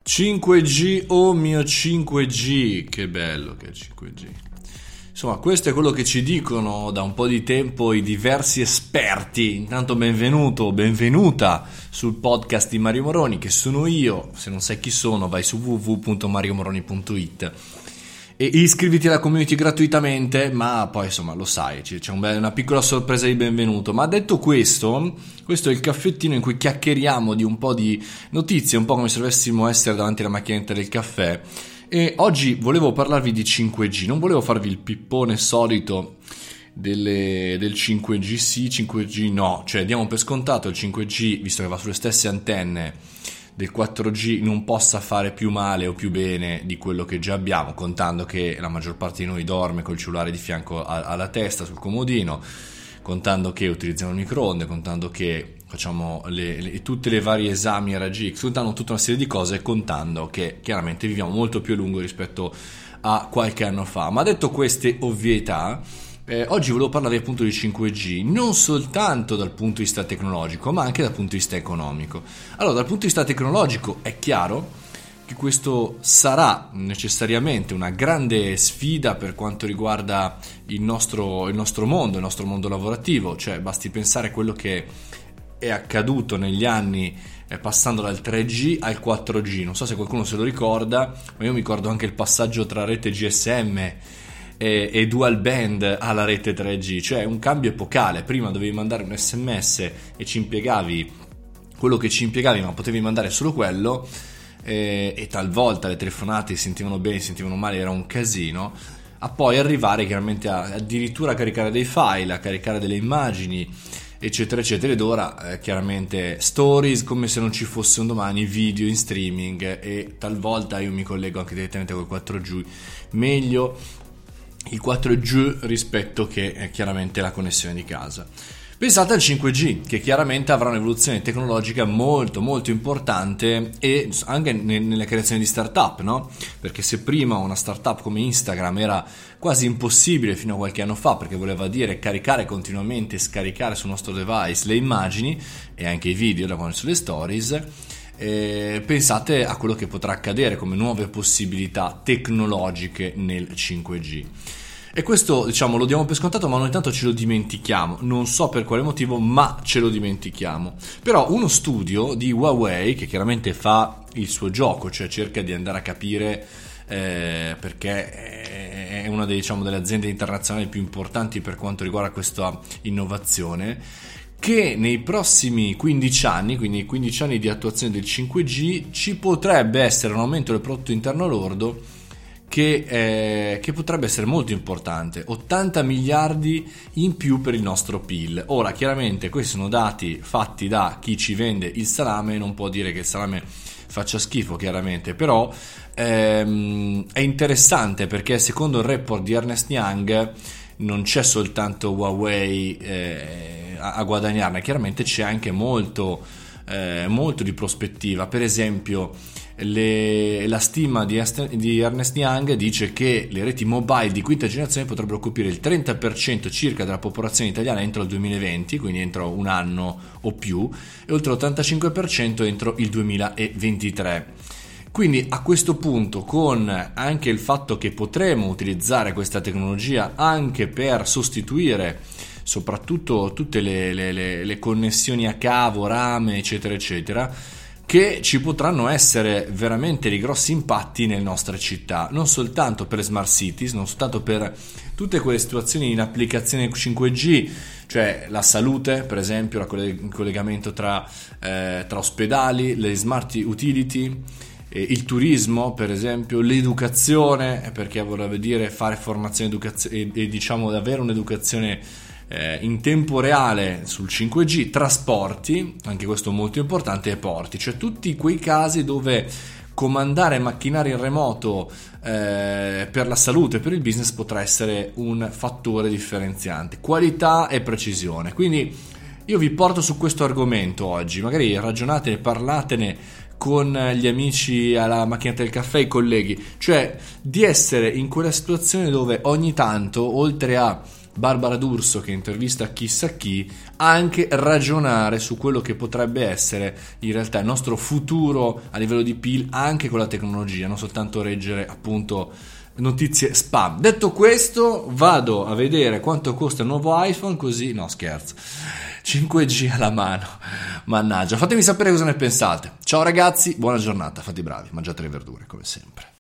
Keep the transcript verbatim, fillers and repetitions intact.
cinque G, oh mio cinque G, che bello che è il cinque G. Insomma, questo è quello che ci dicono da un po' di tempo i diversi esperti. Intanto benvenuto, benvenuta sul podcast di Mario Moroni, che sono io. Se non sai chi sono, vai su w w w punto mario moroni punto i t e iscriviti alla community gratuitamente, ma poi insomma lo sai, c'è un bel, una piccola sorpresa di benvenuto. Ma detto questo, questo è il caffettino in cui chiacchieriamo di un po' di notizie, un po' come se dovessimo essere davanti alla macchinetta del caffè. E oggi volevo parlarvi di cinque G, non volevo farvi il pippone solito delle, del cinque G sì, cinque G no, cioè diamo per scontato il cinque G, visto che va sulle stesse antenne del quattro G, non possa fare più male o più bene di quello che già abbiamo, contando che la maggior parte di noi dorme col cellulare di fianco a, alla testa sul comodino, contando che utilizziamo il microonde, contando che facciamo le, le, tutte le varie esami a raggi X, contando tutta una serie di cose, contando che chiaramente viviamo molto più a lungo rispetto a qualche anno fa. Ma detto queste ovvietà, eh, oggi volevo parlare appunto di cinque G, non soltanto dal punto di vista tecnologico, ma anche dal punto di vista economico. Allora, dal punto di vista tecnologico è chiaro che questo sarà necessariamente una grande sfida per quanto riguarda il nostro, il nostro mondo, il nostro mondo lavorativo, cioè basti pensare a quello che è accaduto negli anni eh, passando dal tre G al quattro G. Non so se qualcuno se lo ricorda, ma io mi ricordo anche il passaggio tra rete G S M e, e dual band alla rete tre G, cioè un cambio epocale. Prima dovevi mandare un S M S e ci impiegavi quello che ci impiegavi, ma potevi mandare solo quello, eh, e talvolta le telefonate si sentivano bene, si sentivano male, era un casino, a poi arrivare chiaramente a addirittura a caricare dei file, a caricare delle immagini, eccetera eccetera, ed ora eh, chiaramente stories come se non ci fosse un domani, video in streaming, e talvolta io mi collego anche direttamente col quattro G, meglio il quattro G rispetto che eh, chiaramente la connessione di casa. Pensate al cinque G, che chiaramente avrà un'evoluzione tecnologica molto molto importante, e anche nella creazione di startup, no? Perché se prima una startup come Instagram era quasi impossibile fino a qualche anno fa, perché voleva dire caricare continuamente, scaricare sul nostro device le immagini e anche i video da quando sulle stories, eh, pensate a quello che potrà accadere come nuove possibilità tecnologiche nel cinque G. E questo, diciamo, lo diamo per scontato, ma ogni tanto ce lo dimentichiamo. Non so per quale motivo, ma ce lo dimentichiamo. Però uno studio di Huawei, che chiaramente fa il suo gioco, cioè cerca di andare a capire, eh, perché è una delle, diciamo, delle aziende internazionali più importanti per quanto riguarda questa innovazione, che nei prossimi quindici anni, quindi quindici anni di attuazione del cinque G, ci potrebbe essere un aumento del prodotto interno lordo Che, eh, che potrebbe essere molto importante, ottanta miliardi in più per il nostro P I L. Ora, chiaramente questi sono dati fatti da chi ci vende il salame, non può dire che il salame faccia schifo, chiaramente, però ehm, è interessante, perché secondo il report di Ernst Young non c'è soltanto Huawei eh, a, a guadagnarne, chiaramente c'è anche molto, eh, molto di prospettiva. Per esempio, Le, la stima di, di Ernst Young dice che le reti mobile di quinta generazione potrebbero coprire il trenta per cento circa della popolazione italiana entro il duemilaventi, quindi entro un anno o più, e oltre l'ottantacinque per cento entro il duemilaventitré. Quindi a questo punto, con anche il fatto che potremo utilizzare questa tecnologia anche per sostituire soprattutto tutte le, le, le, le connessioni a cavo, rame, eccetera eccetera, che ci potranno essere veramente dei grossi impatti nelle nostre città, non soltanto per smart cities, non soltanto per tutte quelle situazioni in applicazione cinque G, cioè la salute, per esempio, il collegamento tra, eh, tra ospedali, le smart utility, eh, il turismo, per esempio, l'educazione, perché vorrebbe dire fare formazione educazione e, e diciamo avere un'educazione in tempo reale sul cinque G, trasporti, anche questo molto importante, e porti, cioè tutti quei casi dove comandare macchinari in remoto eh, per la salute, per il business, potrà essere un fattore differenziante, qualità e precisione. Quindi io vi porto su questo argomento oggi, magari ragionatene, parlatene con gli amici alla macchinetta del caffè, i colleghi, cioè di essere in quella situazione dove ogni tanto, oltre a Barbara D'Urso che intervista chissà chi, anche ragionare su quello che potrebbe essere in realtà il nostro futuro a livello di P I L anche con la tecnologia, non soltanto reggere appunto notizie spam. Detto questo, vado a vedere quanto costa il nuovo iPhone, così no scherzo, cinque G alla mano, mannaggia. Fatemi sapere cosa ne pensate. Ciao ragazzi, buona giornata, fate i bravi, mangiate le verdure come sempre.